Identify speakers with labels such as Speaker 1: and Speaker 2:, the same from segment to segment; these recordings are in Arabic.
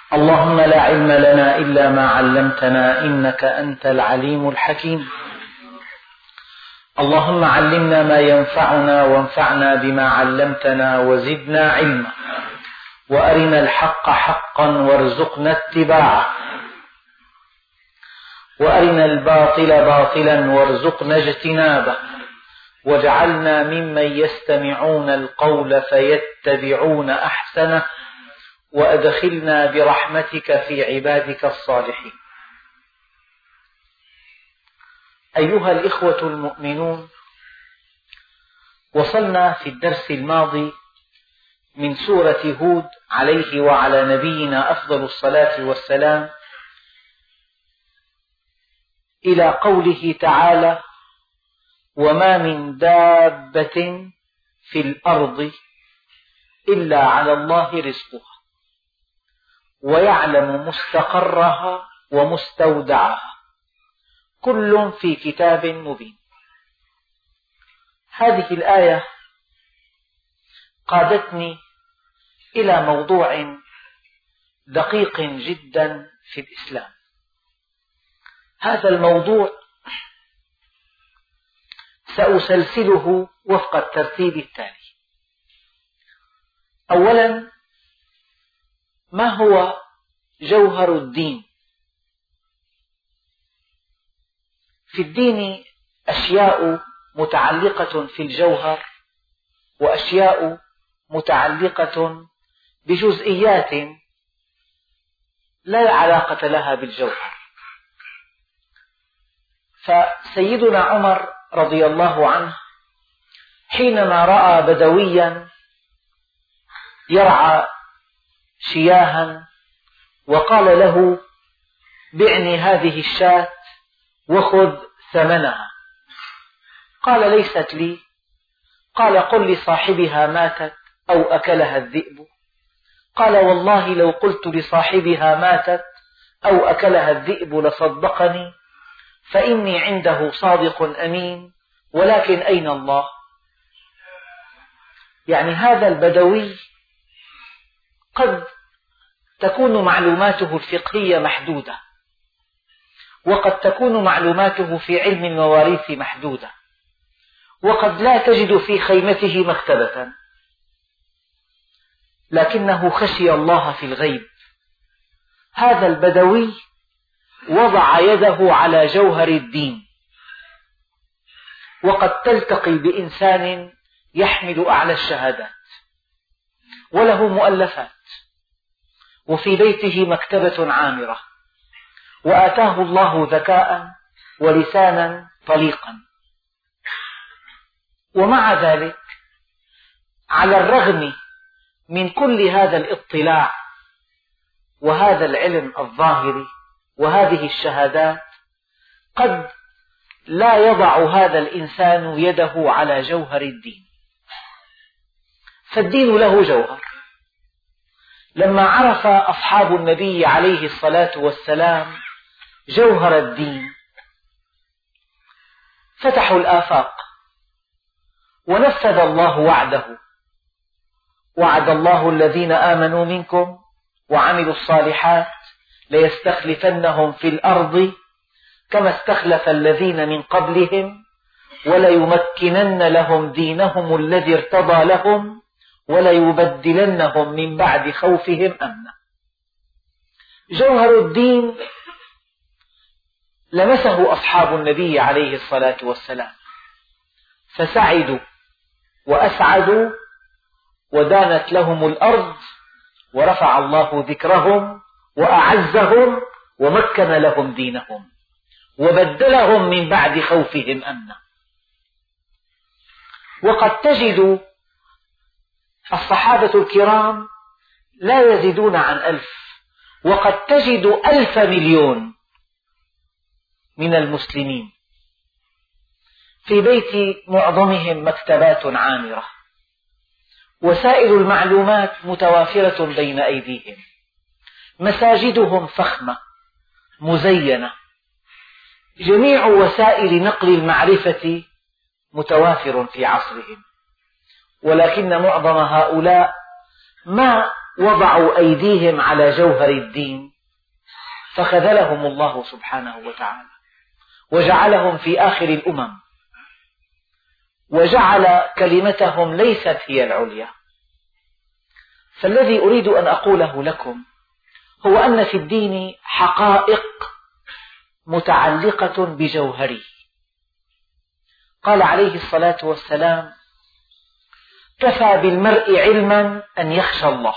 Speaker 1: اللهم لا علم لنا إلا ما علمتنا إنك أنت العليم الحكيم. اللهم علمنا ما ينفعنا وانفعنا بما علمتنا وزدنا علما، وأرنا الحق حقا وارزقنا اتباعه، وأرنا الباطل باطلا وارزقنا اجتنابه، واجعلنا ممن يستمعون القول فيتبعون أحسنه، وأدخلنا برحمتك في عبادك الصالحين. أيها الإخوة المؤمنون، وصلنا في الدرس الماضي من سورة هود عليه وعلى نبينا أفضل الصلاة والسلام إلى قوله تعالى: وما من دابة في الأرض إلا على الله رزقها ويعلم مستقرها ومستودعها كل في كتاب مبين. هذه الآية قادتني إلى موضوع دقيق جدا في الإسلام. هذا الموضوع سأسلسله وفق الترتيب التالي. أولا، ما هو جوهر الدين؟ في الدين أشياء متعلقة في الجوهر، وأشياء متعلقة بجزئيات لا علاقة لها بالجوهر. فسيدنا عمر رضي الله عنه حينما رأى بدويا يرعى شياها وقال له: بعني هذه الشاة وخذ ثمنها. قال: ليست لي. قال: قل لصاحبها ماتت أو أكلها الذئب. قال: والله لو قلت لصاحبها ماتت أو أكلها الذئب لصدقني، فإني عنده صادق أمين، ولكن أين الله؟ يعني هذا البدوي قد تكون معلوماته الفقهية محدودة، وقد تكون معلوماته في علم المواريث محدودة، وقد لا تجد في خيمته مكتبة، لكنه خشي الله في الغيب. هذا البدوي وضع يده على جوهر الدين، وقد تلتقي بإنسان يحمل أعلى الشهادات وله مؤلفات، وفي بيته مكتبة عامرة، وآتاه الله ذكاء ولسانا طليقا. ومع ذلك، على الرغم من كل هذا الاطلاع وهذا العلم الظاهري وهذه الشهادات، قد لا يضع هذا الإنسان يده على جوهر الدين. فالدين له جوهر. لما عرف أصحاب النبي عليه الصلاة والسلام جوهر الدين، فتحوا الآفاق، ونفذ الله وعده: وعد الله الذين آمنوا منكم وعملوا الصالحات ليستخلفنهم في الأرض كما استخلف الذين من قبلهم وليمكنن لهم دينهم الذي ارتضى لهم وليبدلنهم من بعد خوفهم أمنا. جوهر الدين لمسه أصحاب النبي عليه الصلاة والسلام، فسعدوا وأسعدوا، ودانت لهم الأرض، ورفع الله ذكرهم وأعزهم ومكن لهم دينهم وبدلهم من بعد خوفهم أمنا. وقد تجد الصحابة الكرام لا يزيدون عن 1000، وقد تجد 1,000 مليون من المسلمين في بيت معظمهم مكتبات عامرة، وسائل المعلومات متوافرة بين أيديهم، مساجدهم فخمة مزينة، جميع وسائل نقل المعرفة متوافر في عصرهم. ولكن معظم هؤلاء ما وضعوا أيديهم على جوهر الدين فخذلهم الله سبحانه وتعالى وجعلهم في آخر الأمم، وجعل كلمتهم ليست هي العليا. فالذي أريد أن أقوله لكم هو أن في الدين حقائق متعلقة بجوهره. قال عليه الصلاة والسلام: كفى بالمرء علما أن يخشى الله.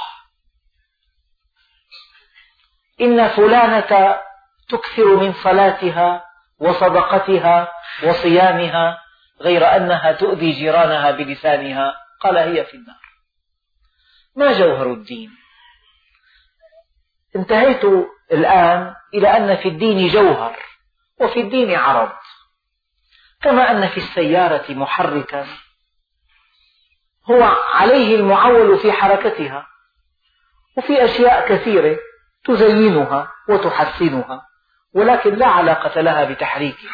Speaker 1: إن فلانة تكثر من صلاتها وصدقتها وصيامها غير أنها تؤذي جيرانها بلسانها، قال: هي في النار. ما جوهر الدين؟ انتهيت الآن إلى أن في الدين جوهر وفي الدين عرض، كما أن في السيارة محركا هو عليه المعول في حركتها، وفي أشياء كثيرة تزينها وتحسنها ولكن لا علاقة لها بتحريكها.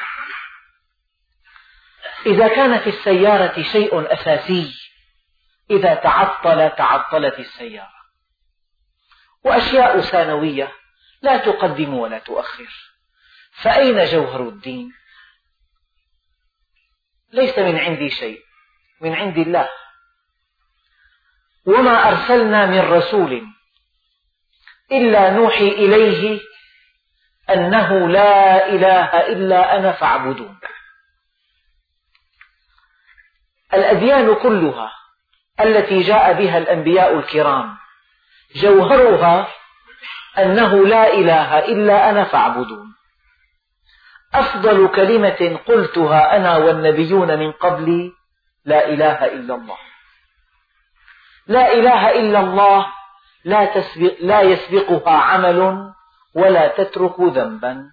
Speaker 1: إذا كان في السيارة شيء أساسي إذا تعطلت السيارة، وأشياء ثانوية لا تقدم ولا تؤخر، فأين جوهر الدين؟ ليس من عندي شيء، من عند الله. وما أرسلنا من رسول إلا نوحي إليه أنه لا إله إلا أنا فاعبدون. الأديان كلها التي جاء بها الأنبياء الكرام جوهرها أنه لا إله إلا أنا فاعبدون. أفضل كلمة قلتها أنا والنبيون من قبلي: لا إله إلا الله. لا إله إلا الله لا يسبقها عمل ولا تترك ذنبا.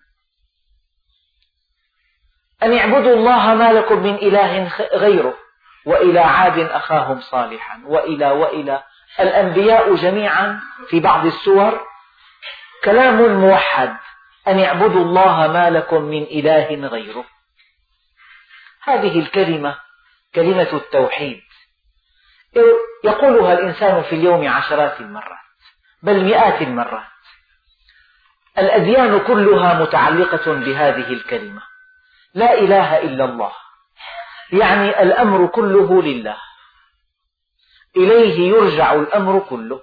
Speaker 1: أن اعبدوا الله ما لكم من إله غيره، وإلى عاد أخاهم صالحا، وإلى الأنبياء جميعا في بعض السور كلام موحد: أن اعبدوا الله ما لكم من إله غيره. هذه الكلمة كلمة التوحيد يقولها الإنسان في اليوم عشرات المرات بل مئات المرات. الأديان كلها متعلقة بهذه الكلمة: لا إله إلا الله، يعني الأمر كله لله، إليه يرجع الأمر كله،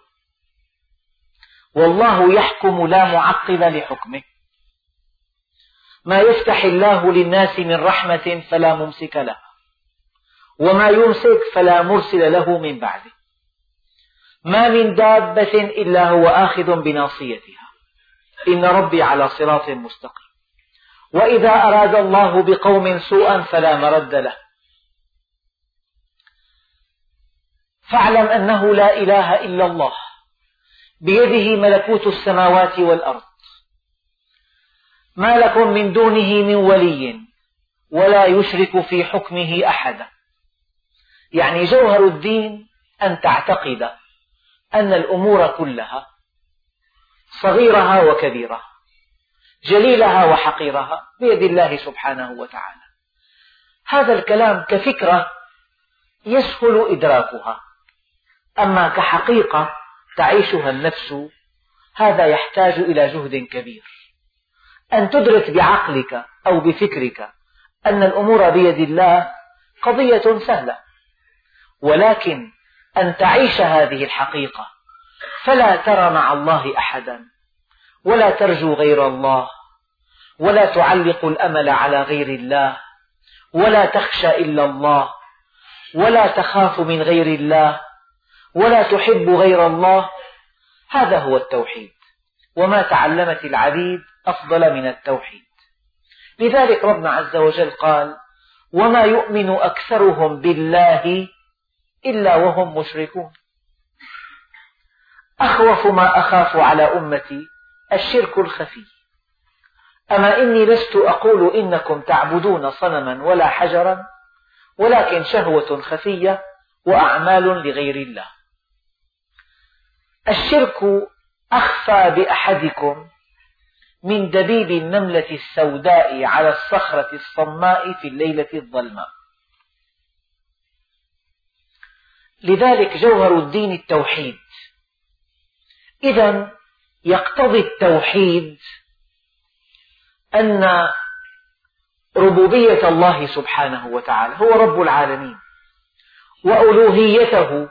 Speaker 1: والله يحكم لا معقب لحكمه. ما يفتح الله للناس من رحمة فلا ممسك لها، وما يمسك فلا مرسل له من بعده. ما من دابة إلا هو آخذ بناصيتها، إن ربي على صراط مستقيم. وإذا أراد الله بقوم سوءا فلا مرد له. فاعلم أنه لا إله إلا الله، بيده ملكوت السماوات والأرض، ما لكم من دونه من ولي ولا يشرك في حكمه أحدا. يعني جوهر الدين أن تعتقد أن الأمور كلها، صغيرها وكبيرها، جليلها وحقيرها، بيد الله سبحانه وتعالى. هذا الكلام كفكرة يسهل إدراكها، أما كحقيقة تعيشها النفس هذا يحتاج إلى جهد كبير. أن تدرك بعقلك أو بفكرك أن الأمور بيد الله قضية سهلة، ولكن أن تعيش هذه الحقيقة فلا ترى مع الله أحدا، ولا ترجو غير الله، ولا تعلق الأمل على غير الله، ولا تخشى إلا الله، ولا تخاف من غير الله، ولا تحب غير الله. هذا هو التوحيد، وما تعلمت العبيد أفضل من التوحيد. لذلك ربنا عز وجل قال: وما يؤمن أكثرهم بالله إلا وهم مشركون. أخوف ما أخاف على أمتي الشرك الخفي. أما إني لست أقول إنكم تعبدون صنما ولا حجرا، ولكن شهوة خفية وأعمال لغير الله. الشرك أخفى بأحدكم من دبيب النملة السوداء على الصخرة الصماء في الليلة الظلماء. لذلك جوهر الدين التوحيد، إذن يقتضي التوحيد أن ربوبية الله سبحانه وتعالى هو رب العالمين، وألوهيته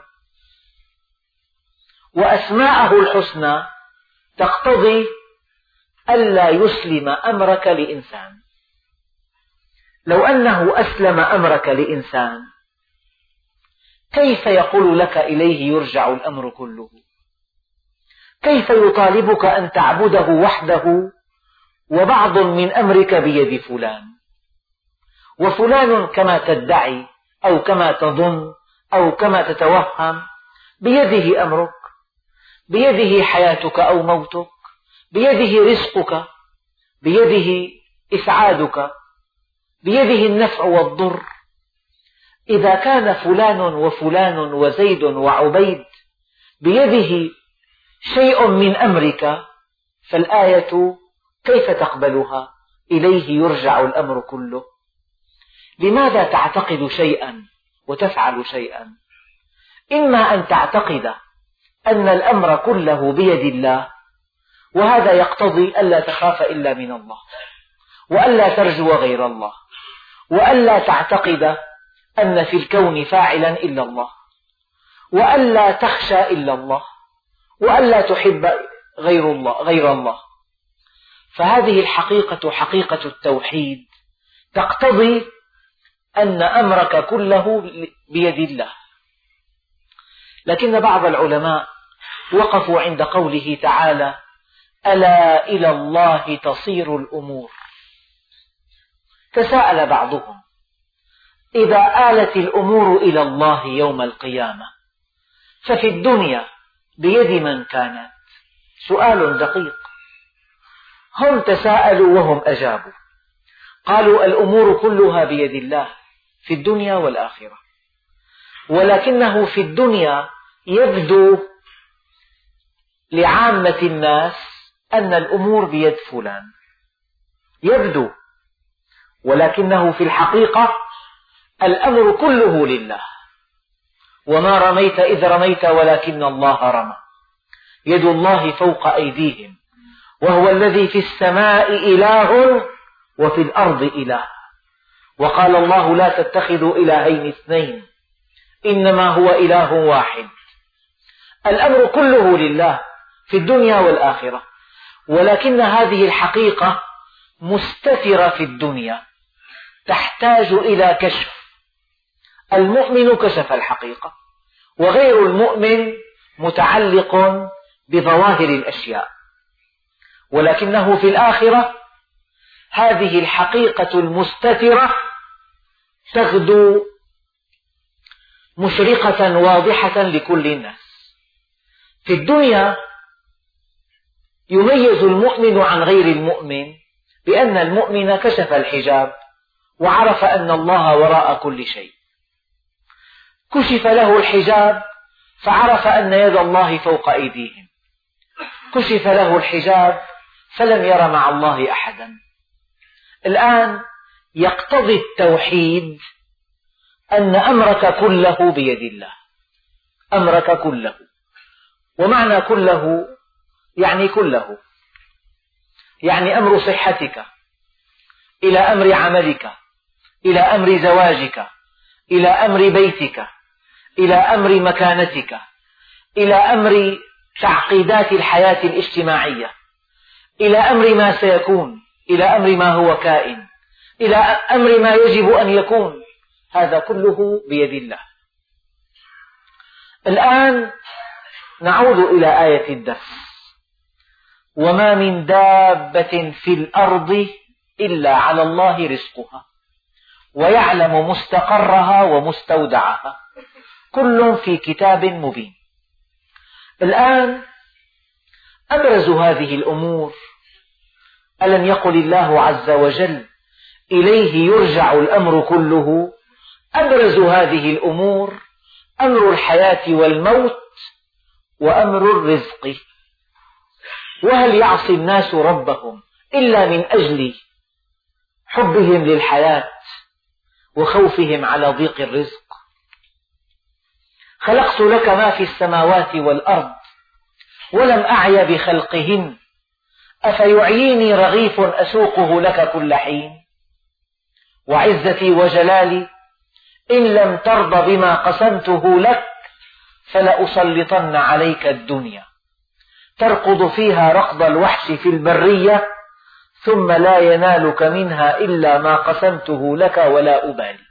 Speaker 1: وأسماءه الحسنى تقتضي ألا يسلم أمرك لإنسان. لو أنه أسلم أمرك لإنسان كيف يقول لك إليه يرجع الأمر كله؟ كيف يطالبك أن تعبده وحده وبعض من أمرك بيد فلان، وفلان كما تدعي أو كما تظن أو كما تتوهم بيده أمرك، بيده حياتك أو موتك، بيده رزقك، بيده إسعادك، بيده النفع والضر. إذا كان فلان وفلان وزيد وعبيد بيده شيء من أمرك فالآية كيف تقبلها؟ إليه يرجع الأمر كله. لماذا تعتقد شيئا وتفعل شيئا؟ إما أن تعتقد أن الأمر كله بيد الله، وهذا يقتضي ألا تخاف إلا من الله، وألا ترجو غير الله، وألا تعتقد أن في الكون فاعلا إلا الله، وألا تخشى إلا الله، وألا تحب غير الله. فهذه الحقيقة حقيقة التوحيد تقتضي أن أمرك كله بيد الله. لكن بعض العلماء وقفوا عند قوله تعالى: ألا إلى الله تصير الأمور. تساءل بعضهم: إذا آلت الأمور إلى الله يوم القيامة ففي الدنيا بيد من كانت؟ سؤال دقيق. هم تساءلوا وهم أجابوا، قالوا: الأمور كلها بيد الله في الدنيا والآخرة، ولكنه في الدنيا يبدو لعامة الناس أن الأمور بيد فلان، يبدو، ولكنه في الحقيقة الأمر كله لله. وما رميت إذ رميت ولكن الله رمى، يد الله فوق أيديهم، وهو الذي في السماء إله وفي الأرض إله. وقال الله: لا تتخذوا إلهين اثنين إنما هو إله واحد. الأمر كله لله في الدنيا والآخرة، ولكن هذه الحقيقة مستترة في الدنيا تحتاج إلى كشف. المؤمن كشف الحقيقة، وغير المؤمن متعلق بظواهر الأشياء. ولكنه في الآخرة هذه الحقيقة المستترة تغدو مشرقة واضحة لكل الناس. في الدنيا يميز المؤمن عن غير المؤمن بأن المؤمن كشف الحجاب وعرف أن الله وراء كل شيء، كشف له الحجاب فعرف أن يد الله فوق أيديهم، كشف له الحجاب فلم ير مع الله أحدا. الآن يقتضي التوحيد أن أمرك كله بيد الله، أمرك كله. ومعنى كله يعني كله، يعني أمر صحتك إلى أمر عملك، إلى أمر زواجك، إلى أمر بيتك، إلى أمر مكانتك، إلى أمر تعقيدات الحياة الاجتماعية، إلى أمر ما سيكون، إلى أمر ما هو كائن، إلى أمر ما يجب أن يكون، هذا كله بيد الله. الآن نعود إلى آية الدرس: وما من دابة في الأرض إلا على الله رزقها ويعلم مستقرها ومستودعها كل في كتاب مبين. الآن أبرز هذه الأمور، ألم يقل الله عز وجل: إليه يرجع الأمر كله؟ أبرز هذه الأمور أمر الحياة والموت وأمر الرزق. وهل يعصي الناس ربهم إلا من أجل حبهم للحياة وخوفهم على ضيق الرزق؟ خلقت لك ما في السماوات والأرض ولم أعي بخلقهن أفيعيني رغيف أسوقه لك كل حين وعزتي وجلالي إن لم ترض بما قسمته لك فلأسلطن عليك الدنيا تركض فيها ركض الوحش في البرية ثم لا ينالك منها إلا ما قسمته لك ولا أبالي.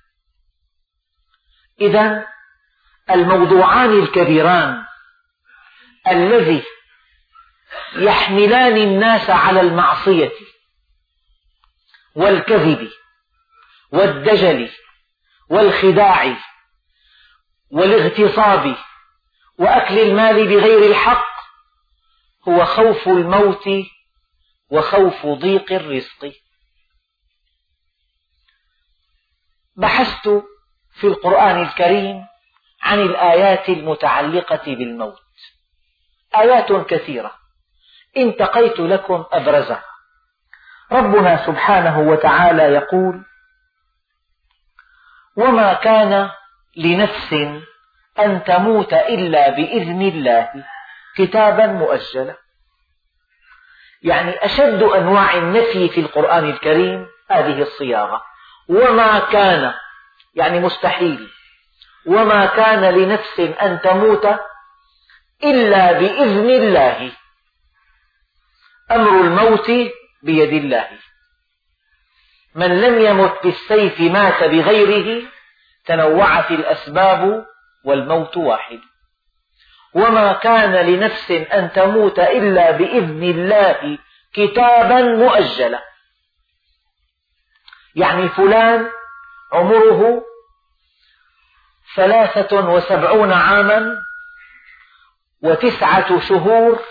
Speaker 1: إذن الموضوعان الكبيران الذي يحملان الناس على المعصية والكذب والدجل والخداع والاغتصاب وأكل المال بغير الحق هو خوف الموت وخوف ضيق الرزق. بحثت في القرآن الكريم عن الآيات المتعلقة بالموت، آيات كثيرة انتقيت لكم أبرزها. ربنا سبحانه وتعالى يقول: وما كان لنفس أن تموت إلا بإذن الله كتابا مؤجلا. يعني أشد أنواع النفي في القرآن الكريم هذه الصياغة، وما كان يعني مستحيل، وما كان لنفس أن تموت إلا بإذن الله. أمر الموت بيد الله، من لم يمت بالسيف مات بغيره، تنوعت الأسباب والموت واحد. وما كان لنفس أن تموت إلا بإذن الله كتابا مؤجلا. يعني فلان عمره 73 عاما و9 شهور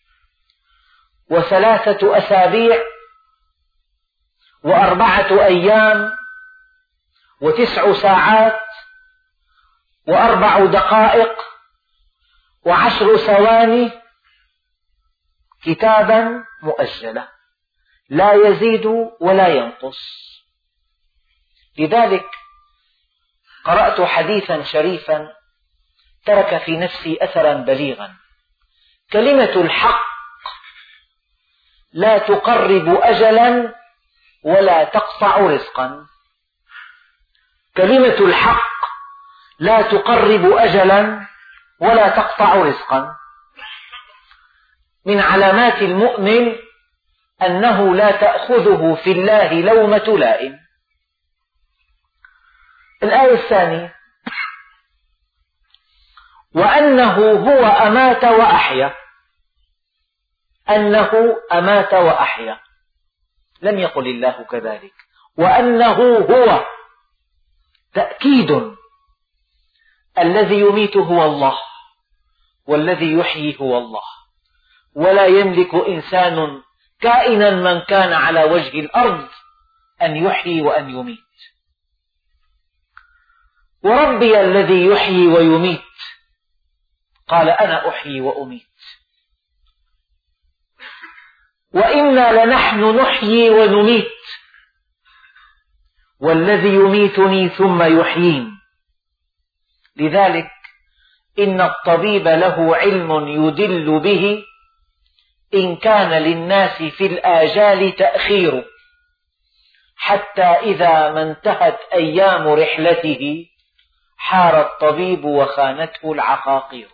Speaker 1: و3 أسابيع و4 أيام و9 ساعات و4 دقائق و10 ثواني، كتابا مؤجلا لا يزيد ولا ينقص. لذلك قرأت حديثا شريفا ترك في نفسي أثرا بليغا: كلمة الحق لا تقرب أجلا ولا تقطع رزقا. كلمة الحق لا تقرب أجلا ولا تقطع رزقا. من علامات المؤمن أنه لا تأخذه في الله لومة لائم. الآية الثانية: وأنه هو أمات وأحيا. أنه أمات وأحيا، لم يقل الله كذلك، وأنه هو تأكيد. الذي يميت هو الله، والذي يحيي هو الله، ولا يملك إنسان كائنا من كان على وجه الأرض أن يحيي وأن يميت. وربي الذي يحيي ويميت قال: أنا أحيي وأميت، وإنا لنحن نحيي ونميت، والذي يميتني ثم يحيين. لذلك إن الطبيب له علم يدل به إن كان للناس في الآجال تأخير، حتى إذا ما انتهت أيام رحلته حار الطبيب وخانته العقاقير.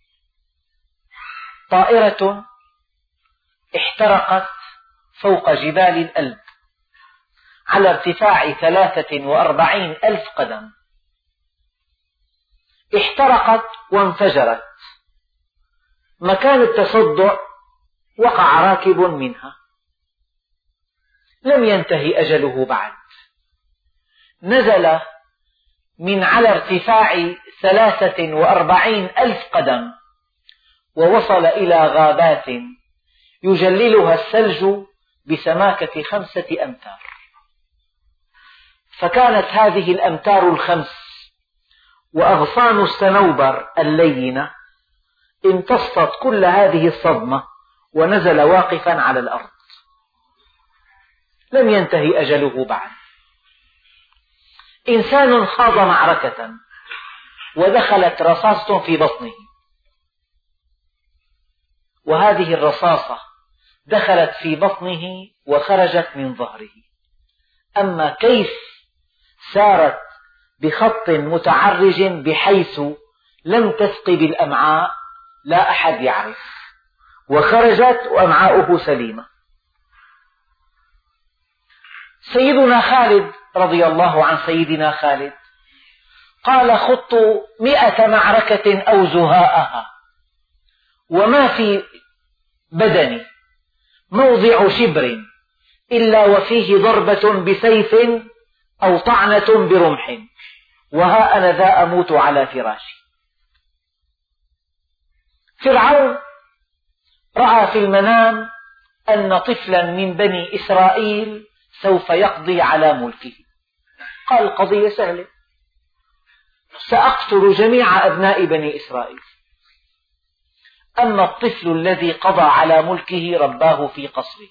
Speaker 1: طائرة احترقت فوق جبال الألب على ارتفاع 43,000 قدم، احترقت وانفجرت. مكان التصدع وقع راكب منها، لم ينتهي أجله بعد، نزل من على ارتفاع 43,000 قدم ووصل إلى غابات يجللها الثلج بسماكة 5 أمتار. فكانت هذه الأمتار 5 وأغصان الصنوبر اللينة امتصت كل هذه الصدمة، ونزل واقفا على الأرض، لم ينتهي أجله بعد. إنسان خاض معركة ودخلت رصاصة في بطنه، وهذه الرصاصة دخلت في بطنه وخرجت من ظهره. أما كيف سارت بخط متعرج بحيث لم تثقب الأمعاء لا أحد يعرف، وخرجت وأمعاؤه سليمة. سيدنا خالد رضي الله عن سيدنا خالد قال: خضت 100 معركة أو زهاءها وما في بدني موضع شبر إلا وفيه ضربة بسيف أو طعنة برمح، وها أنا ذا أموت على فراشي. فرعون رأى في المنام أن طفلا من بني إسرائيل سوف يقضي على ملكه. قال: القضية سهلة، سأقتل جميع أبناء بني إسرائيل. أما الطفل الذي قضى على ملكه رباه في قصره.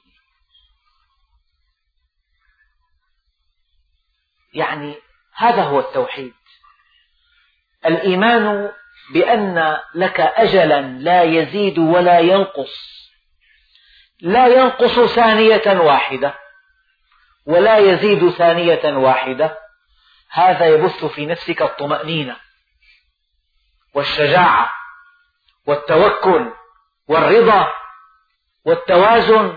Speaker 1: يعني هذا هو التوحيد، الإيمان بأن لك أجلا لا يزيد ولا ينقص، لا ينقص ثانية واحدة ولا يزيد ثانية واحدة. هذا يبث في نفسك الطمأنينة والشجاعة والتوكل والرضا والتوازن.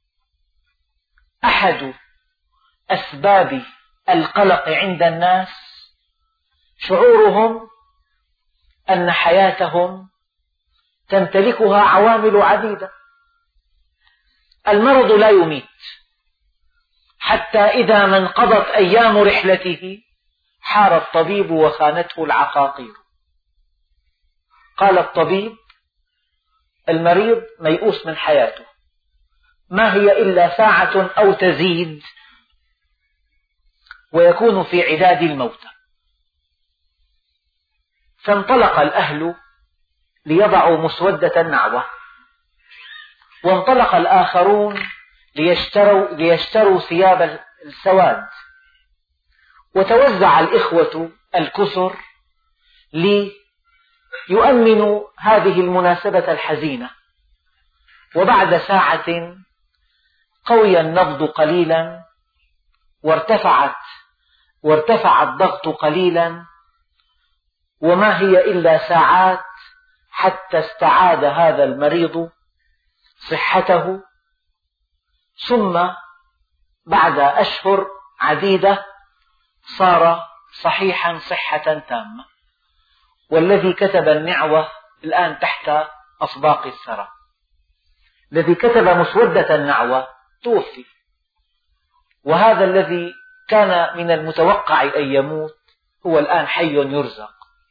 Speaker 1: أحد أسباب القلق عند الناس شعورهم أن حياتهم تمتلكها عوامل عديدة. المرض لا يميت، حتى إذا ما انقضت أيام رحلته حار الطبيب وخانته العقاقير. قال الطبيب: المريض ميؤوس من حياته، ما هي إلا ساعة أو تزيد ويكون في عداد الموتى. فانطلق الأهل ليضعوا مسودة النعوة، وانطلق الآخرون ليشتروا ثياب السواد، وتوزع الإخوة الكثر ليؤمنوا هذه المناسبة الحزينة. وبعد ساعة قوي النبض قليلا وارتفع الضغط قليلا، وما هي إلا ساعات حتى استعاد هذا المريض صحته، ثم بعد أشهر عديدة صار صحيحا صحة تامة. والذي كتب النعوة الآن تحت أصداق الثرى، الذي كتب مسودة النعوة توفي، وهذا الذي كان من المتوقع أن يموت هو الآن حي يرزق.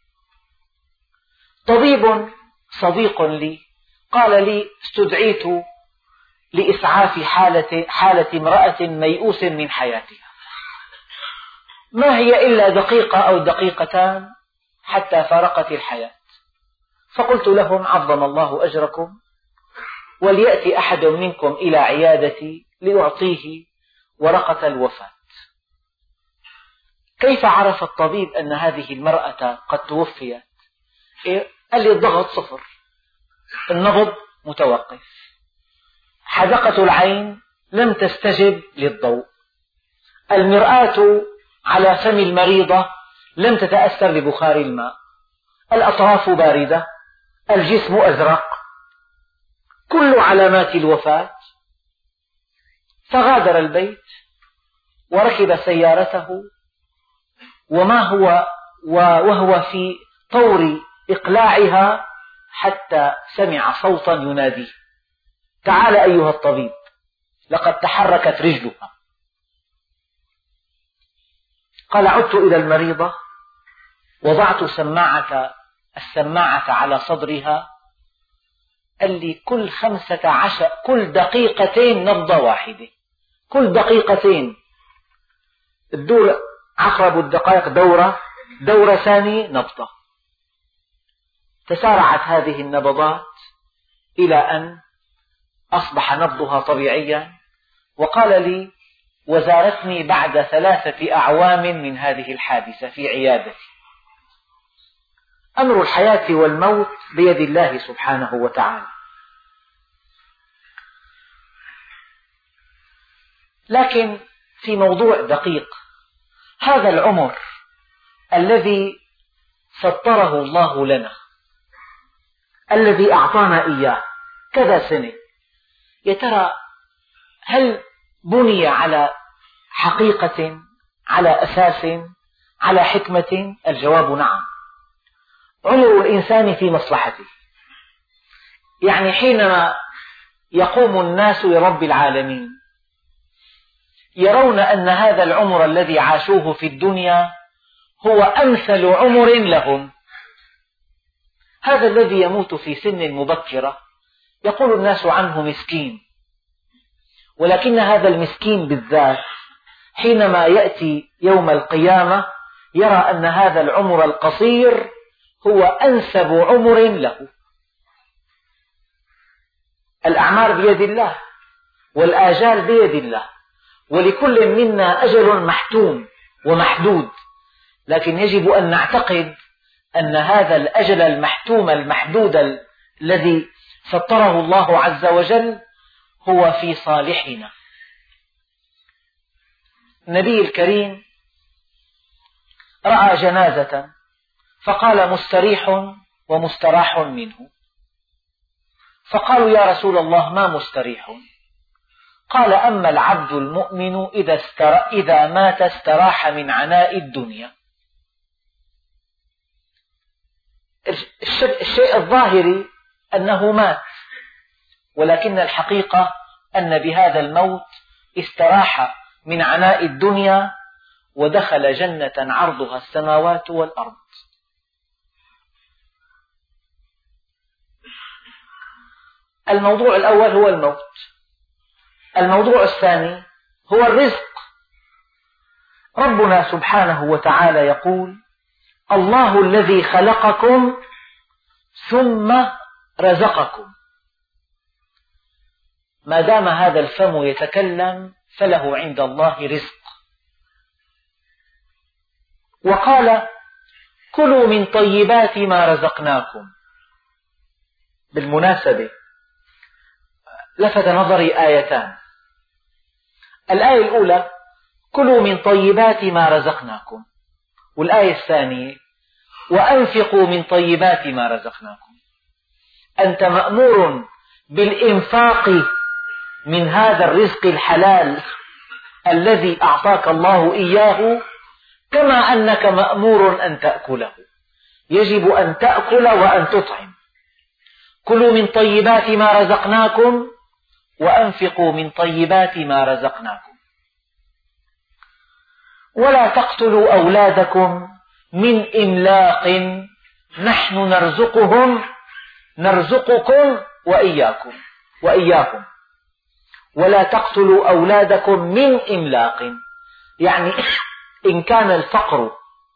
Speaker 1: طبيب صديق لي قال لي: استدعيت لإسعاف حالة امرأة ميؤوس من حياتها، ما هي إلا دقيقة أو دقيقتان حتى فارقت الحياة. فقلت لهم: عظم الله أجركم، وليأتي أحد منكم إلى عيادتي لأعطيه ورقة الوفاة. كيف عرف الطبيب أن هذه المرأة قد توفيت؟ قال لي: الضغط 0، النبض متوقف، حدقة العين لم تستجب للضوء، المرآة على فم المريضة لم تتأثر ببخار الماء، الأطراف باردة، الجسم أزرق، كل علامات الوفاة. فغادر البيت وركب سيارته، وهو في طور إقلاعها حتى سمع صوتا يناديه: تعال أيها الطبيب، لقد تحركت رجلها. قال: عدت إلى المريضة، وضعت السماعة على صدرها. قال لي: كل دقيقتين نبضة واحدة، كل دقيقتين تدور عقرب الدقائق دورة ثانية نبضة. تسارعت هذه النبضات إلى أن أصبح نبضها طبيعيا. وقال لي: وزارتني بعد 3 أعوام من هذه الحادثة في عيادتي. أمر الحياة والموت بيد الله سبحانه وتعالى، لكن في موضوع دقيق، هذا العمر الذي سطره الله لنا، الذي أعطانا إياه كذا سنة، يا ترى هل بني على حقيقة، على أساس، على حكمة؟ الجواب نعم. عمر الإنسان في مصلحته، يعني حينما يقوم الناس لرب العالمين يرون أن هذا العمر الذي عاشوه في الدنيا هو أمثل عمر لهم. هذا الذي يموت في سن مبكرة يقول الناس عنه مسكين، ولكن هذا المسكين بالذات حينما يأتي يوم القيامة يرى أن هذا العمر القصير هو أنسب عمر له. الأعمار بيد الله والآجال بيد الله، ولكل منا أجل محتوم ومحدود، لكن يجب أن نعتقد أن هذا الأجل المحتوم المحدود الذي سطره الله عز وجل هو في صالحنا. النبي الكريم رأى جنازة فقال مستريح ومستراح منه، فقالوا يا رسول الله ما مستريح؟ قال أما العبد المؤمن إذا مات استراح من عناء الدنيا. الشيء الظاهري أنه مات، ولكن الحقيقة أن بهذا الموت استراح من عناء الدنيا ودخل جنة عرضها السماوات والأرض. الموضوع الأول هو الموت. الموضوع الثاني هو الرزق. ربنا سبحانه وتعالى يقول الله الذي خلقكم ثم رزقكم. ما دام هذا الفم يتكلم فله عند الله رزق. وقال كلوا من طيبات ما رزقناكم. بالمناسبة لفت نظري آيتان. الآية الأولى كلوا من طيبات ما رزقناكم، والآية الثانية وأنفقوا من طيبات ما رزقناكم. أنت مأمور بالإنفاق من هذا الرزق الحلال الذي أعطاك الله إياه، كما أنك مأمور أن تأكله. يجب أن تأكل وأن تطعم. كلوا من طيبات ما رزقناكم وأنفقوا من طيبات ما رزقناكم. ولا تقتلوا أولادكم من إملاق نحن نرزقكم وإياكم. ولا تقتلوا أولادكم من إملاق، يعني إن كان الفقر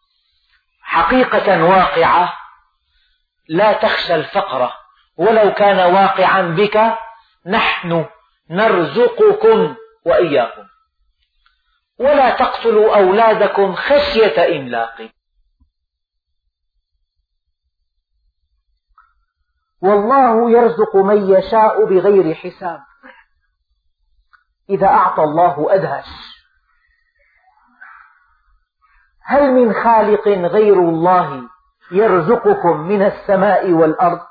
Speaker 1: حقيقة واقعة لا تخشى الفقر ولو كان واقعا بك، نحن نرزقكم وإياكم. ولا تقتلوا أولادكم خشية إملاق، والله يرزق من يشاء بغير حساب. إذا أعطى الله أدهش. هل من خالق غير الله يرزقكم من السماء والأرض؟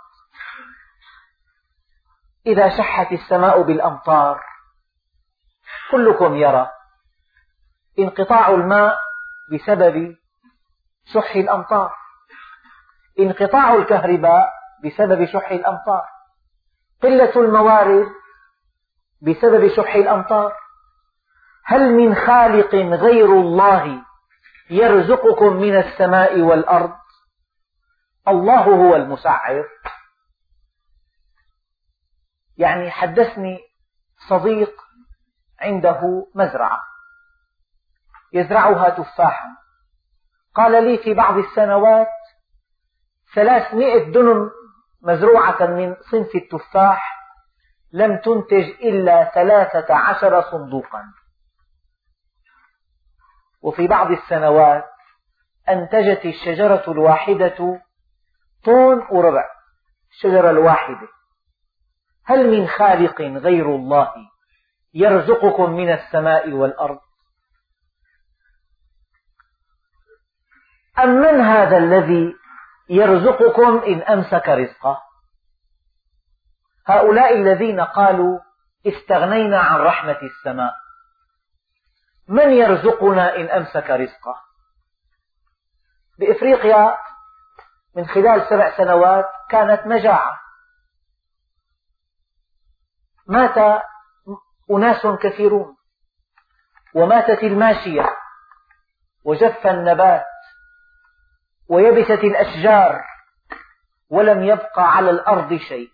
Speaker 1: إذا شحت السماء بالأمطار كلكم يرى انقطاع الماء بسبب شح الأمطار، انقطاع الكهرباء بسبب شح الأمطار، قلة الموارد بسبب شح الأمطار. هل من خالق غير الله يرزقكم من السماء والأرض؟ الله هو المسعر. يعني حدثني صديق عنده مزرعة يزرعها تفاحا، قال لي في بعض السنوات 300 دنم مزروعة من صنف التفاح لم تنتج إلا 13 صندوقا، وفي بعض السنوات أنتجت الشجرة الواحدة 1.25 طن، الشجرة الواحدة. هل من خالق غير الله يرزقكم من السماء والأرض أم من هذا الذي يرزقكم إن أمسك رزقه؟ هؤلاء الذين قالوا استغنينا عن رحمة السماء، من يرزقنا إن أمسك رزقه؟ بإفريقيا من خلال 7 سنوات كانت مجاعة، مات أناس كثيرون، وماتت الماشية، وجف النبات، ويبست الأشجار، ولم يبق على الأرض شيء.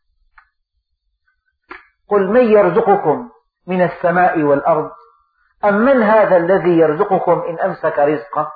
Speaker 1: قل من يرزقكم من السماء والأرض أم من هذا الذي يرزقكم إن أمسك رزقه؟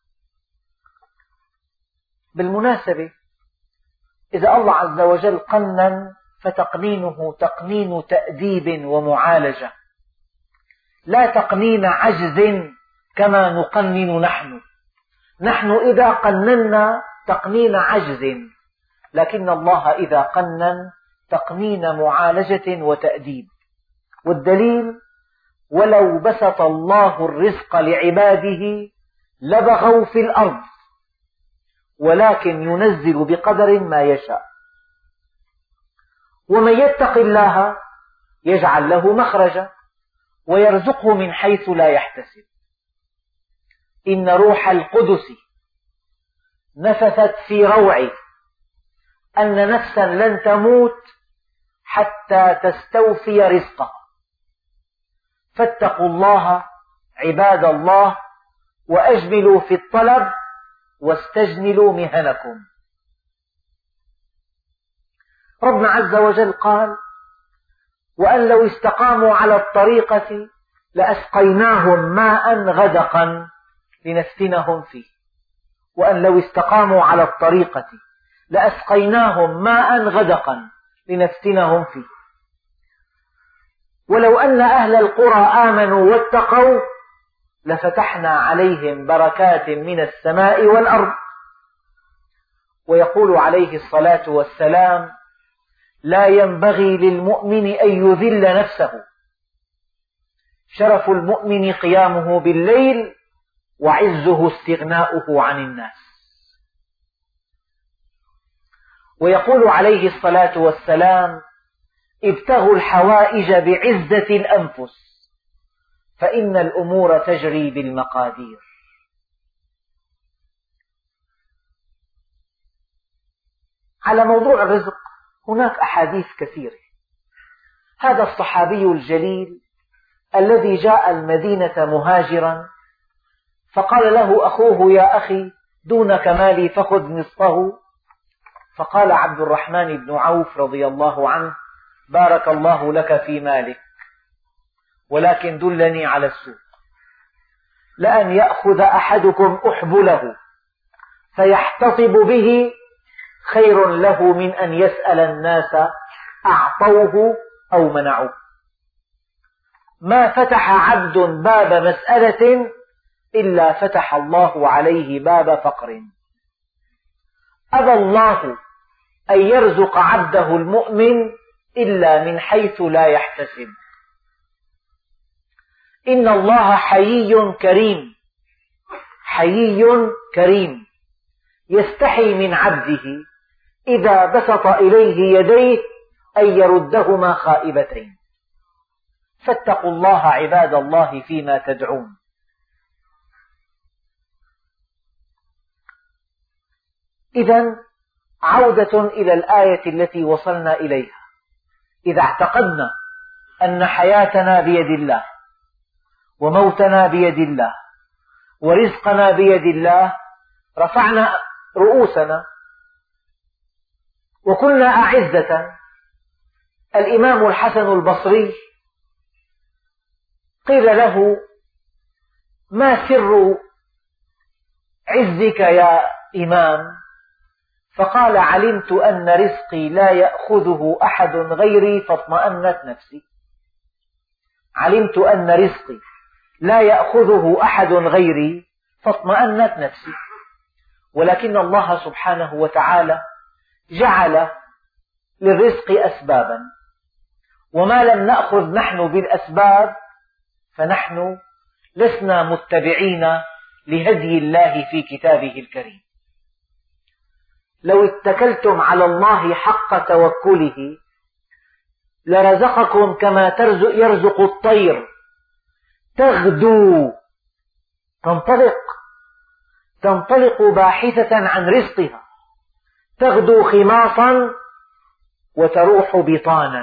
Speaker 1: بالمناسبة، إذا الله عز وجل قنن فتقنينه تقنين تأديب ومعالجة، لا تقنين عجز كما نقنن نحن إذا قننا تقنين عجز، لكن الله إذا قنن تقنين معالجة وتأديب. والدليل: ولو بسط الله الرزق لعباده لبغوا في الأرض ولكن ينزل بقدر ما يشاء. ومن يتق الله يجعل له مخرجا ويرزقه من حيث لا يحتسب. إن روح القدس نفثت في روعي أن نفسا لن تموت حتى تستوفي رزقها، فاتقوا الله عباد الله وأجملوا في الطلب واستجملوا مهنكم. ربنا عز وجل قال: وأن لو استقاموا على الطريقة لأسقيناهم ماء غدقا لنفتنهم فيه. وأن لو استقاموا على الطريقة لأسقيناهم ماء غدقا لنفتنهم فيه. ولو أن أهل القرى آمنوا واتقوا لفتحنا عليهم بركات من السماء والأرض. ويقول عليه الصلاة والسلام: لا ينبغي للمؤمن أن يذل نفسه، شرف المؤمن قيامه بالليل وعزه استغناؤه عن الناس. ويقول عليه الصلاة والسلام: ابتغوا الحوائج بعزة الأنفس فإن الأمور تجري بالمقادير. على موضوع الرزق هناك أحاديث كثيرة. هذا الصحابي الجليل الذي جاء المدينة مهاجرا فقال له أخوه: يا أخي دونك مالي فخذ نصفه. فقال عبد الرحمن بن عوف رضي الله عنه: بارك الله لك في مالك، ولكن دلني على السوق. لأن يأخذ أحدكم أحبله فيحتطب به خير له من أن يسأل الناس أعطوه أو منعوه. ما فتح عبد باب مسألة إلا فتح الله عليه باب فقر. أبى الله أن يرزق عبده المؤمن إلا من حيث لا يحتسب. إن الله حيي كريم، حيي كريم، يستحي من عبده إذا بسط إليه يديه أن يردهما خائبتين. فاتقوا الله عباد الله فيما تدعون. إذن عودة إلى الآية التي وصلنا إليها: إذا اعتقدنا أن حياتنا بيد الله وموتنا بيد الله ورزقنا بيد الله رفعنا رؤوسنا وكنا أعزة. الإمام الحسن البصري قيل له: ما سر عزك يا إمام؟ فقال: علمت أن رزقي لا يأخذه أحد غيري فاطمأنت نفسي. علمت أن رزقي لا يأخذه أحد غيري فاطمأنت نفسي. ولكن الله سبحانه وتعالى جعل للرزق أسبابا، وما لم نأخذ نحن بالأسباب فنحن لسنا متبعين لهدي الله في كتابه الكريم. لو اتكلتم على الله حق توكله لرزقكم كما يرزق الطير تغدو، تنطلق باحثة عن رزقها، تغدو خماصا وتروح بطانا.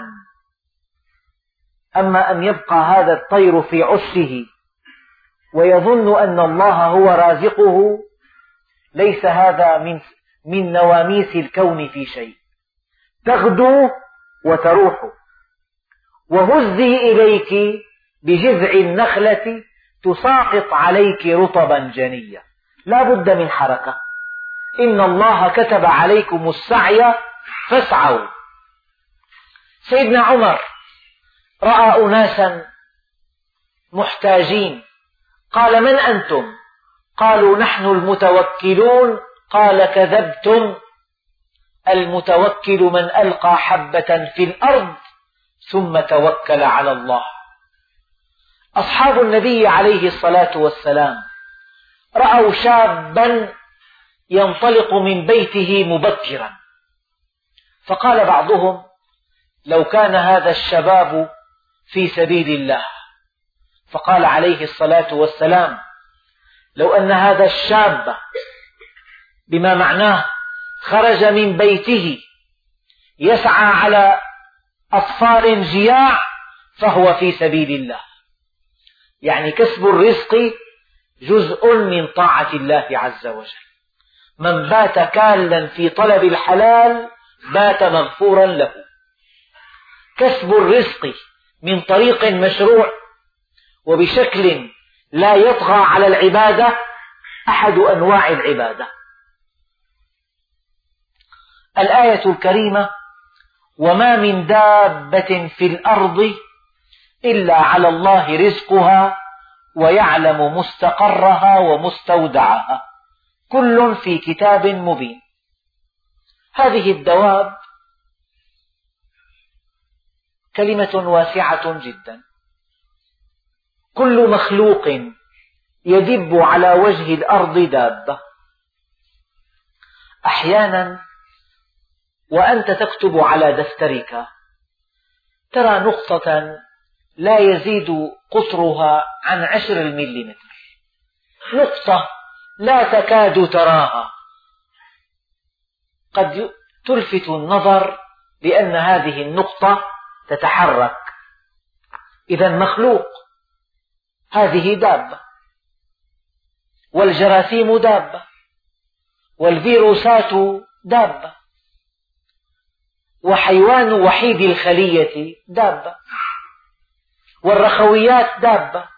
Speaker 1: أما أن يبقى هذا الطير في عشه ويظن أن الله هو رازقه، ليس هذا من نواميس الكون في شيء. تغدو وتروح. وهزي إليك بجذع النخلة تساقط عليك رطبا جنيا. لا بد من حركة. إن الله كتب عليكم السعي فاسعوا. سيدنا عمر رأى أناسا محتاجين، قال: من أنتم؟ قالوا: نحن المتوكلون. قال: كذبتم، المتوكل من ألقى حبة في الأرض ثم توكل على الله. أصحاب النبي عليه الصلاة والسلام رأوا شابا ينطلق من بيته مبكرا، فقال بعضهم: لو كان هذا الشباب في سبيل الله. فقال عليه الصلاة والسلام: لو أن هذا الشاب بما معناه خرج من بيته يسعى على أطفال جياع فهو في سبيل الله. يعني كسب الرزق جزء من طاعة الله عز وجل. من بات كالا في طلب الحلال بات مغفورا له. كسب الرزق من طريق مشروع وبشكل لا يطغى على العبادة أحد أنواع العبادة. الآية الكريمة: وما من دابة في الأرض إلا على الله رزقها ويعلم مستقرها ومستودعها كل في كتاب مبين. هذه الدواب كلمة واسعة جدا. كل مخلوق يدب على وجه الأرض دابة. أحيانا وأنت تكتب على دفترك ترى نقطة لا يزيد قطرها عن 10 مليمتر، نقطة لا تكاد تراها، قد تلفت النظر لأن هذه النقطة تتحرك. إذا مخلوق، هذه دابة. والجراثيم دابة، والفيروسات دابة، وحيوان وحيد الخلية دابة، والرخويات دابة،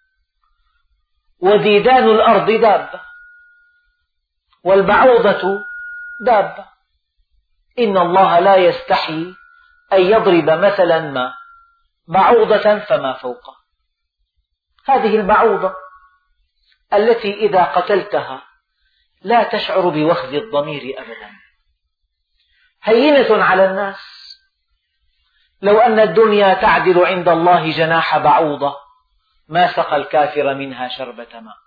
Speaker 1: وديدان الأرض دابة، والبعوضة دابة. إن الله لا يستحي أن يضرب مثلا ما بعوضة فما فوقه. هذه البعوضة التي إذا قتلتها لا تشعر بوخز الضمير أبدا، هينة على الناس. لو أن الدنيا تعدل عند الله جناح بعوضة ما سقى الكافر منها شربة ماء.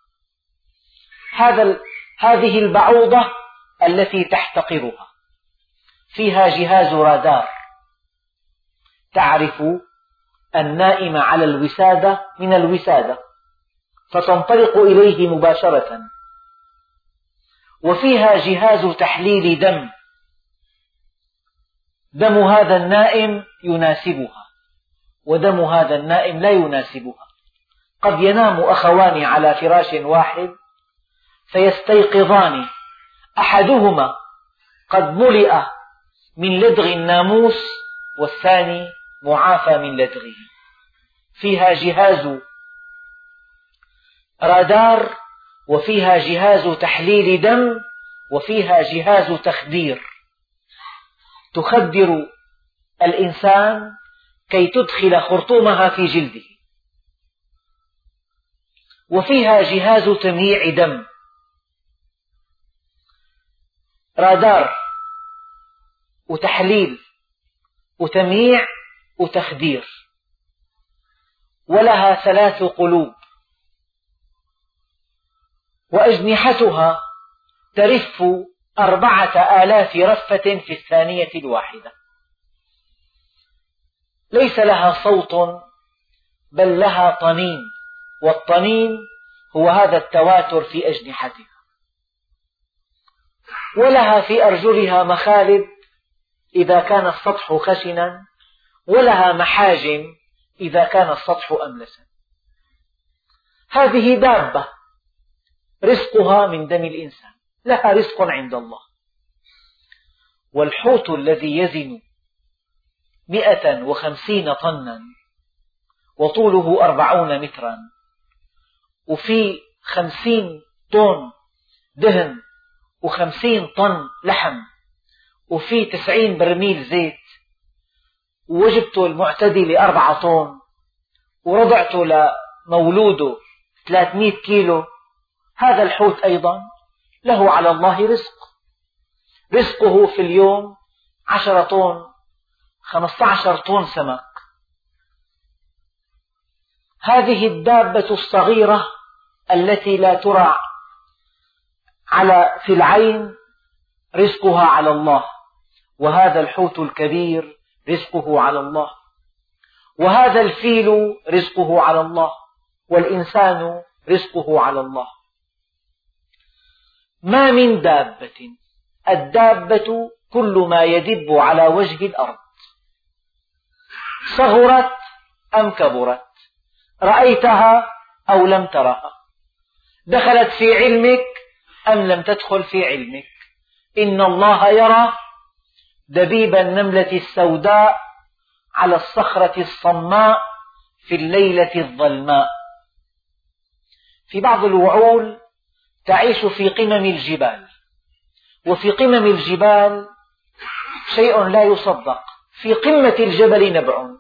Speaker 1: هذه البعوضة التي تحتقرها فيها جهاز رادار تعرف النائم على الوسادة من الوسادة فتنطلق إليه مباشرة، وفيها جهاز تحليل دم هذا النائم يناسبها ودم هذا النائم لا يناسبها. قد ينام أخوان على فراش واحد فيستيقظان أحدهما قد ملئ من لدغ الناموس والثاني معافى من لدغه. فيها جهاز رادار، وفيها جهاز تحليل دم، وفيها جهاز تخدير، تخدر الإنسان كي تدخل خرطومها في جلده، وفيها جهاز تمييع دم. رادار وتحليل وتمييع وتخدير، ولها 3 قلوب، وأجنحتها ترف 4000 رفة في الثانية الواحدة، ليس لها صوت بل لها طنين، والطنين هو هذا التواتر في أجنحتها، ولها في أرجلها مخالب إذا كان السطح خشنا، ولها محاجم إذا كان السطح أملسا. هذه دابة رزقها من دم الإنسان، لها رزق عند الله. والحوت الذي يزن 150 طنا وطوله 40 مترا، وفي 50 طن دهن و50 طن لحم، وفي 90 برميل زيت، ووجبته المعتدلة 4 طن، ورضعته لمولوده 300 كيلو، هذا الحوت أيضا له على الله رزقه في اليوم 10 طن 15 طن سمك. هذه الدابة الصغيرة التي لا ترى في العين رزقها على الله، وهذا الحوت الكبير رزقه على الله، وهذا الفيل رزقه على الله، والإنسان رزقه على الله. ما من دابة، الدابة كل ما يدب على وجه الأرض، صغرت أم كبرت، رأيتها أو لم ترها، دخلت في علمك أم لم تدخل في علمك. إن الله يرى دبيب النملة السوداء على الصخرة الصماء في الليلة الظلماء. في بعض الوعول تعيش في قمم الجبال، وفي قمم الجبال شيء لا يصدق، في قمة الجبل نبع.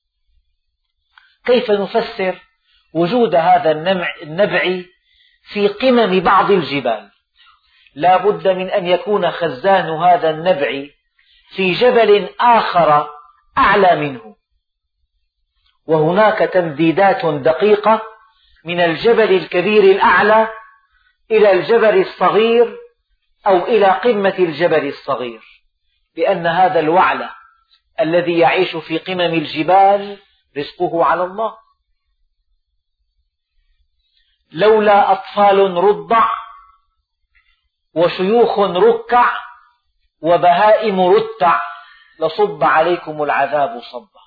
Speaker 1: كيف نفسر وجود هذا النبع في قمم بعض الجبال؟ لا بد من أن يكون خزان هذا النبع في جبل آخر أعلى منه، وهناك تمديدات دقيقة من الجبل الكبير الأعلى إلى الجبل الصغير أو إلى قمة الجبل الصغير، لأن هذا الوعل الذي يعيش في قمم الجبال رزقه على الله. لولا أطفال رضع وشيوخ ركع وبهائم رتع لصب عليكم العذاب صبا.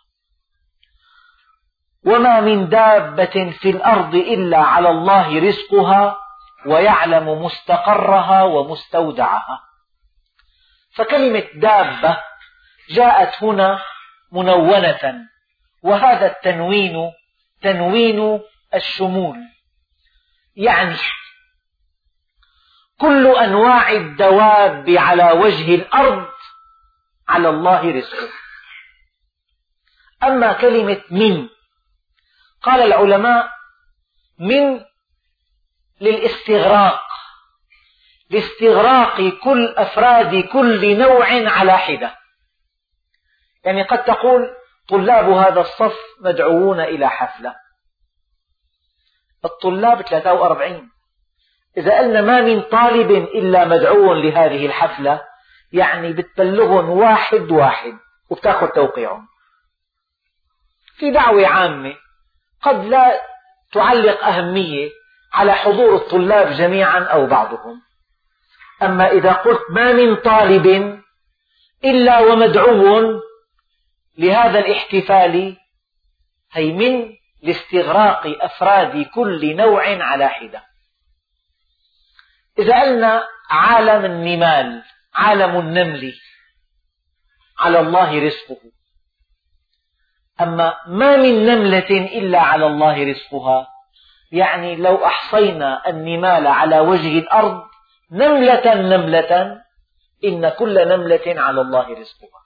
Speaker 1: وما من دابة في الأرض إلا على الله رزقها ويعلم مستقرها ومستودعها. فكلمة دابة جاءت هنا منونة، وهذا التنوين تنوين الشمول، يعني كل أنواع الدواب على وجه الأرض على الله رزقه. أما كلمة من، قال العلماء من للاستغراق، لاستغراق كل أفراد كل نوع على حدة. يعني قد تقول طلاب هذا الصف مدعوون إلى حفلة، الطلاب 43، إذا قلنا ما من طالب إلا مدعو لهذه الحفلة، يعني بتبلغهم واحد واحد وبتاخذ توقيعهم. في دعوة عامة قد لا تعلق أهمية على حضور الطلاب جميعا أو بعضهم، أما إذا قلت ما من طالب إلا ومدعو لهذا الاحتفال، هي من لاستغراق أفراد كل نوع على حدة. إذا قلنا عالم النمال، عالم النمل، على الله رزقه. أما ما من نملة إلا على الله رزقها، يعني لو أحصينا النمال على وجه الأرض نملة نملة، إن كل نملة على الله رزقها.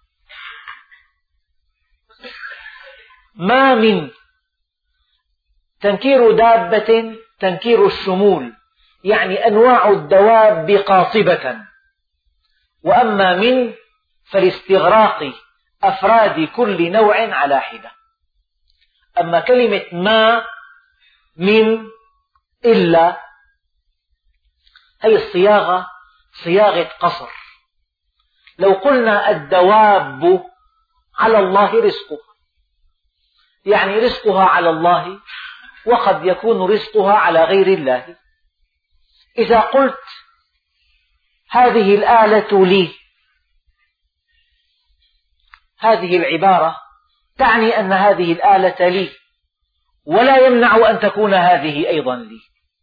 Speaker 1: ما من تنكير دابة تنكير الشمول، يعني أنواع الدواب قاطبة. وأما من فلاستغراق أفراد كل نوع على حدة. أما كلمة ما، من، إلا، هي الصياغة صياغة قصر. لو قلنا الدواب على الله رزقها، يعني رزقها على الله، وقد يكون رزقها على غير الله. إذا قلت هذه الآلة لي، هذه العبارة تعني أن هذه الآلة لي، ولا يمنع أن تكون هذه أيضا لي.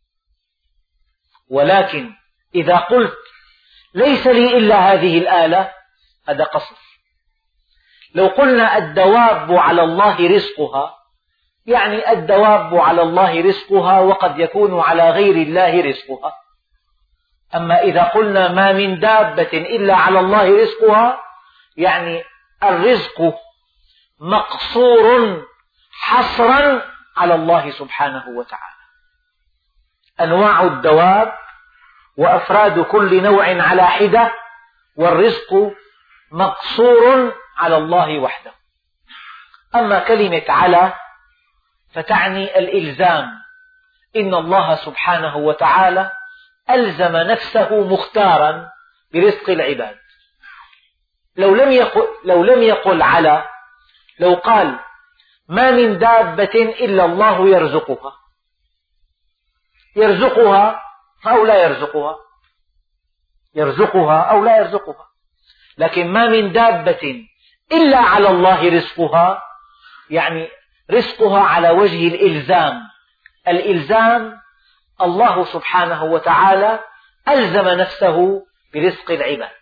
Speaker 1: ولكن إذا قلت ليس لي إلا هذه الآلة، هذا قصر. لو قلنا الدواب على الله رزقها، يعني الدواب على الله رزقها، وقد يكون على غير الله رزقها. أما إذا قلنا ما من دابة إلا على الله رزقها، يعني الرزق مقصور حصرا على الله سبحانه وتعالى. أنواع الدواب وأفراد كل نوع على حدة، والرزق مقصور على الله وحده. أما كلمة على فتعني الإلزام. إن الله سبحانه وتعالى ألزم نفسه مختارا برزق العباد. لو لم يقل على، لو قال ما من دابة إلا الله يرزقها، يرزقها أو لا يرزقها، يرزقها أو لا يرزقها. لكن ما من دابة إلا على الله رزقها، يعني رزقها على وجه الإلزام. الإلزام الله سبحانه وتعالى ألزم نفسه برزق العباد.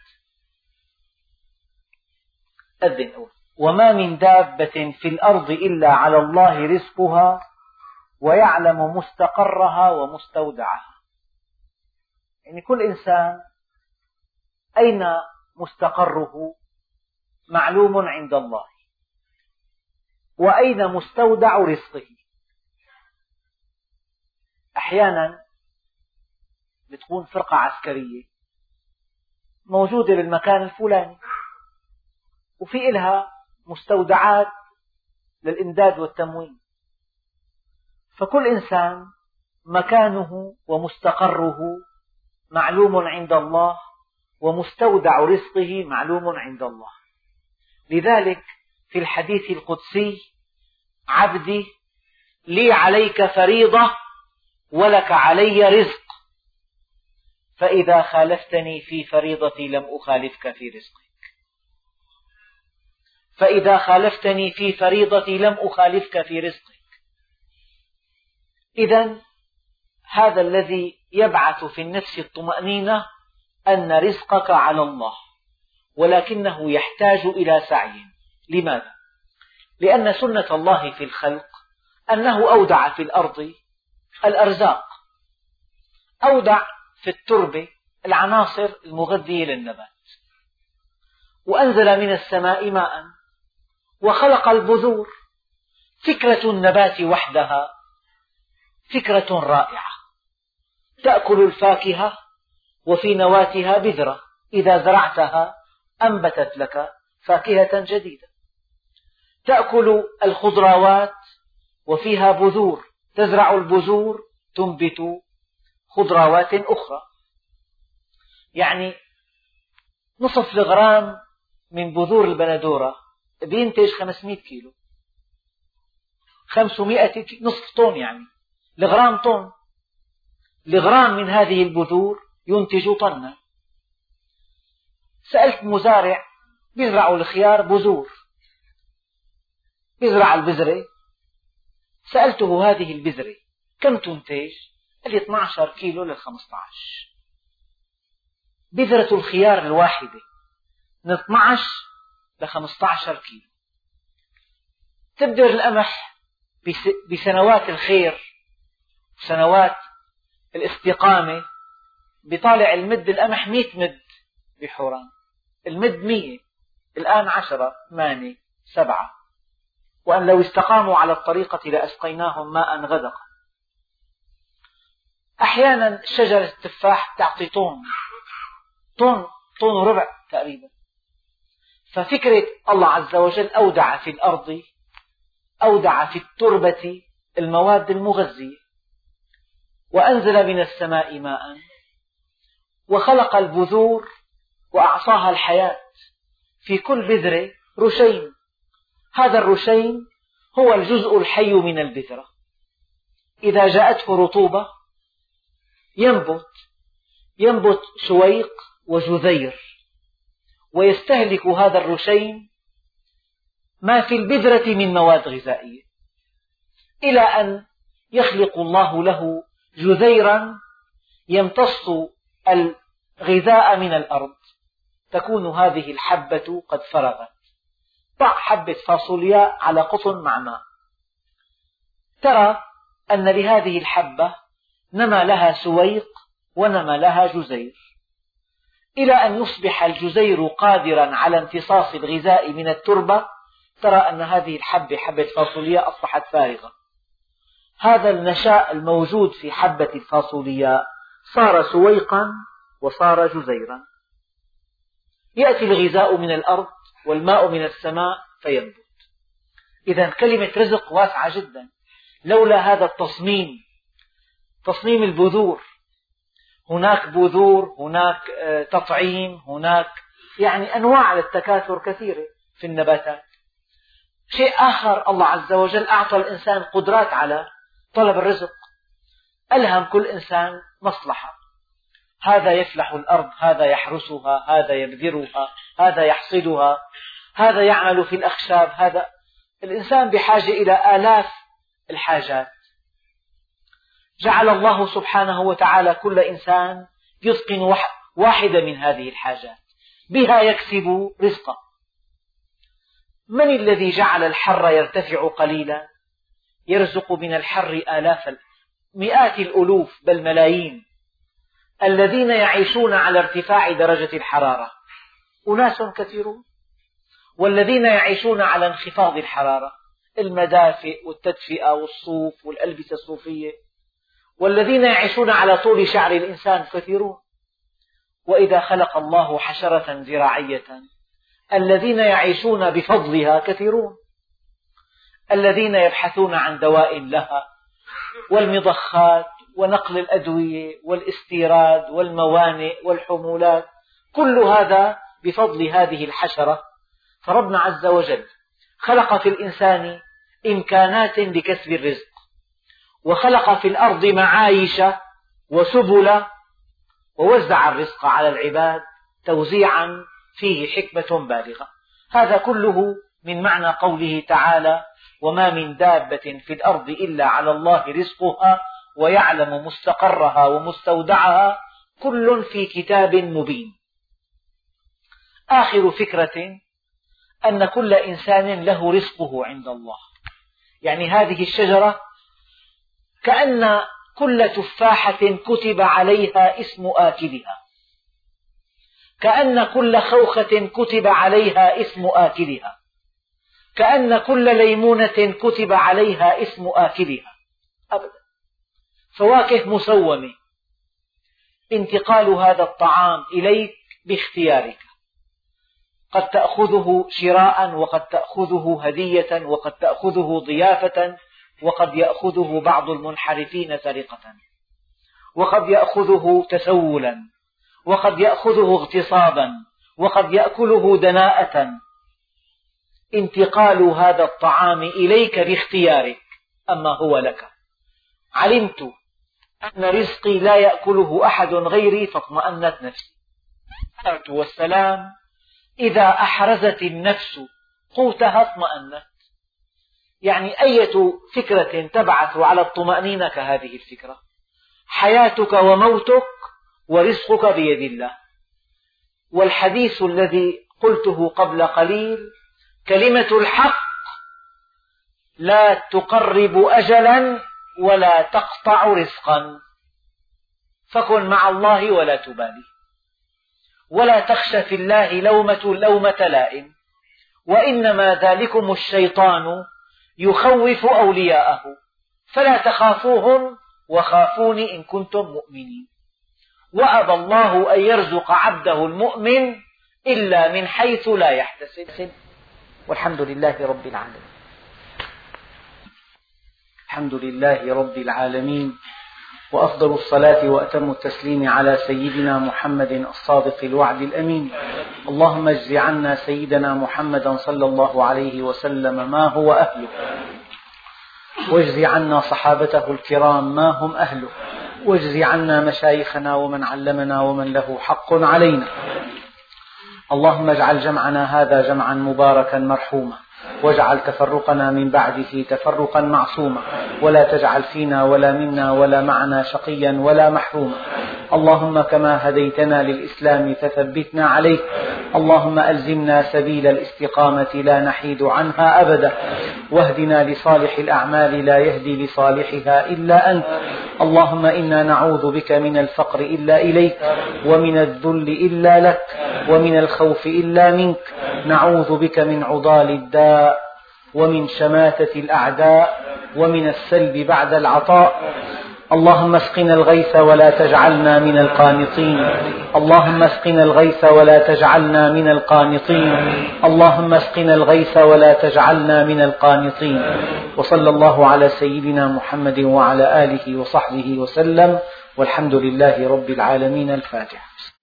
Speaker 1: أذن وما من دابة في الأرض إلا على الله رزقها ويعلم مستقرها ومستودعها. يعني كل إنسان أين مستقره معلوم عند الله، وأين مستودع رزقه. أحيانا بتكون فرقة عسكرية موجودة بالمكان الفلاني، وفي إلها مستودعات للإمداد والتموين، فكل إنسان مكانه ومستقره معلوم عند الله، ومستودع رزقه معلوم عند الله. لذلك في الحديث القدسي: عبدي لي عليك فريضة ولك علي رزق، فإذا خالفتني في فريضتي لم أخالفك في رزقك. فإذا خالفتني في فريضتي لم أخالفك في رزقك. إذن هذا الذي يبعث في النفس الطمأنينة، أن رزقك على الله، ولكنه يحتاج إلى سعي. لماذا؟ لأن سنة الله في الخلق أنه أودع في الأرض الأرزاق، أودع في التربة العناصر المغذية للنبات، وأنزل من السماء ماء، وخلق البذور. فكرة النبات وحدها فكرة رائعة. تأكل الفاكهة وفي نواتها بذرة، إذا زرعتها أنبتت لك فاكهة جديدة. تأكل الخضروات وفيها بذور، تزرع البذور تنبت خضروات أخرى. يعني نصف الغرام من بذور البندورة بينتج 500 كيلو، 500 نصف طن، يعني الغرام طن. الغرام من هذه البذور ينتج طنا. سألت مزارع بيزرع الخيار بذور، بيزرع البذرة، سألته هذه البذرة كم تنتج؟ قال لي 12 كيلو لل15. بذرة الخيار الواحدة من 12 ل15 كيلو. تبذر القمح بسنوات الخير وسنوات الاستقامة، بطالع المد القمح 100 مد بحوران، المد 100، الآن 10، 8، 7. وأن لو استقاموا على الطريقة لأسقيناهم ماء غدقا. أحيانا شجرة التفاح تعطي طن وربع تقريبا. ففكرة الله عز وجل أودع في الأرض، أودع في التربة المواد المغذية، وأنزل من السماء ماء، وخلق البذور وأعطاها الحياة. في كل بذرة رشين، هذا الرشين هو الجزء الحي من البذرة، إذا جاءته رطوبة ينبت شويق وجذير، ويستهلك هذا الرشين ما في البذرة من مواد غذائية، إلى أن يخلق الله له جذيرا يمتص الغذاء من الأرض، تكون هذه الحبة قد فرغت. ضع حبة فاصولياء على قطن مع ماء، ترى أن لهذه الحبة نمى لها سويق ونمى لها جزير، إلى أن يصبح الجزير قادرا على امتصاص الغذاء من التربة، ترى أن هذه الحبة، حبة فاصولياء، أصبحت فارغة. هذا النشاء الموجود في حبة الفاصولياء صار سويقا وصار جزيرا. يأتي الغذاء من الأرض والماء من السماء فينبت. إذا كلمة رزق واسعة جدا، لولا هذا التصميم، تصميم البذور، هناك بذور، هناك تطعيم، هناك يعني أنواع للتكاثر كثيرة في النباتات. شيء آخر، الله عز وجل أعطى الإنسان قدرات على طلب الرزق، ألهم كل إنسان مصلحة، هذا يفلح الأرض، هذا يحرسها، هذا يبذرها، هذا يحصدها، هذا يعمل في الأخشاب، هذا الإنسان بحاجة إلى آلاف الحاجات. جعل الله سبحانه وتعالى كل إنسان يتقن واحدة من هذه الحاجات، بها يكسب رزقه. من الذي جعل الحر يرتفع قليلا؟ يرزق من الحر آلاف، مئات الألوف بل ملايين الذين يعيشون على ارتفاع درجة الحرارة، أناس كثيرون. والذين يعيشون على انخفاض الحرارة، المدافئ والتدفئة والصوف والألبسة الصوفية. والذين يعيشون على طول شعر الإنسان كثيرون. وإذا خلق الله حشرة زراعية، الذين يعيشون بفضلها كثيرون. الذين يبحثون عن دواء لها، والمضخات، ونقل الأدوية، والاستيراد، والموانئ، والحمولات، كل هذا بفضل هذه الحشرة. فربنا عز وجل خلق في الإنسان إمكانات لكسب الرزق، وخلق في الأرض معايش وسبل، ووزع الرزق على العباد توزيعا فيه حكمة بالغة. هذا كله من معنى قوله تعالى: وما من دابة في الأرض إلا على الله رزقها ويعلم مستقرها ومستودعها كل في كتاب مبين. آخر فكرة أن كل إنسان له رزقه عند الله، يعني هذه الشجرة كأن كل تفاحة كتب عليها اسم آكلها، كأن كل خوخة كتب عليها اسم آكلها، كأن كل ليمونة كتب عليها اسم آكلها. أبدا، فواكه مسومة، انتقال هذا الطعام إليك باختيارك، قد تأخذه شراء، وقد تأخذه هدية، وقد تأخذه ضيافة، وقد يأخذه بعض المنحرفين سرقة، وقد يأخذه تسولا، وقد يأخذه اغتصابا، وقد يأكله دناءة. انتقال هذا الطعام إليك باختيارك، أما هو لك. علمت أن رزقي لا يأكله أحد غيري فاطمأنت نفسي. والسلام إذا أحرزت النفس قوتها اطمأنت. يعني أية فكرة تبعث على الطمأنينة كهذه الفكرة؟ حياتك وموتك ورزقك بيد الله. والحديث الذي قلته قبل قليل: كلمة الحق لا تقرب أجلا ولا تقطع رزقا، فكن مع الله ولا تبالي، ولا تخش في الله لومة لائم، وإنما ذلكم الشيطان يخوف أولياءه فلا تخافوهم وخافوني إن كنتم مؤمنين. وأبى الله أن يرزق عبده المؤمن إلا من حيث لا يحتسب. والحمد لله رب العالمين. الحمد لله رب العالمين، وأفضل الصلاة وأتم التسليم على سيدنا محمد الصادق الوعد الأمين. اللهم اجز عنا سيدنا محمدا صلى الله عليه وسلم ما هو أهله، واجز عنا صحابته الكرام ما هم أهله، واجز عنا مشايخنا ومن علمنا ومن له حق علينا. اللهم اجعل جمعنا هذا جمعا مباركا مرحوما، واجعل تفرقنا من بعده تفرقا معصوما، ولا تجعل فينا ولا منا ولا معنا شقيا ولا محروما. اللهم كما هديتنا للإسلام فثبتنا عليه، اللهم ألزمنا سبيل الاستقامة لا نحيد عنها أبدا، واهدنا لصالح الأعمال لا يهدي لصالحها إلا أنت. اللهم إنا نعوذ بك من الفقر إلا إليك، ومن الذل إلا لك، ومن الخوف إلا منك. نعوذ بك من عضال الداء، ومن شماتة الأعداء، ومن السلب بعد العطاء. اللهم اسقنا الغيث ولا تجعلنا من القانطين، اللهم اسقنا الغيث ولا تجعلنا من القانطين، اللهم اسقنا الغيث ولا تجعلنا من القانطين. وصلى الله على سيدنا محمد وعلى آله وصحبه وسلم، والحمد لله رب العالمين. الفاتحة.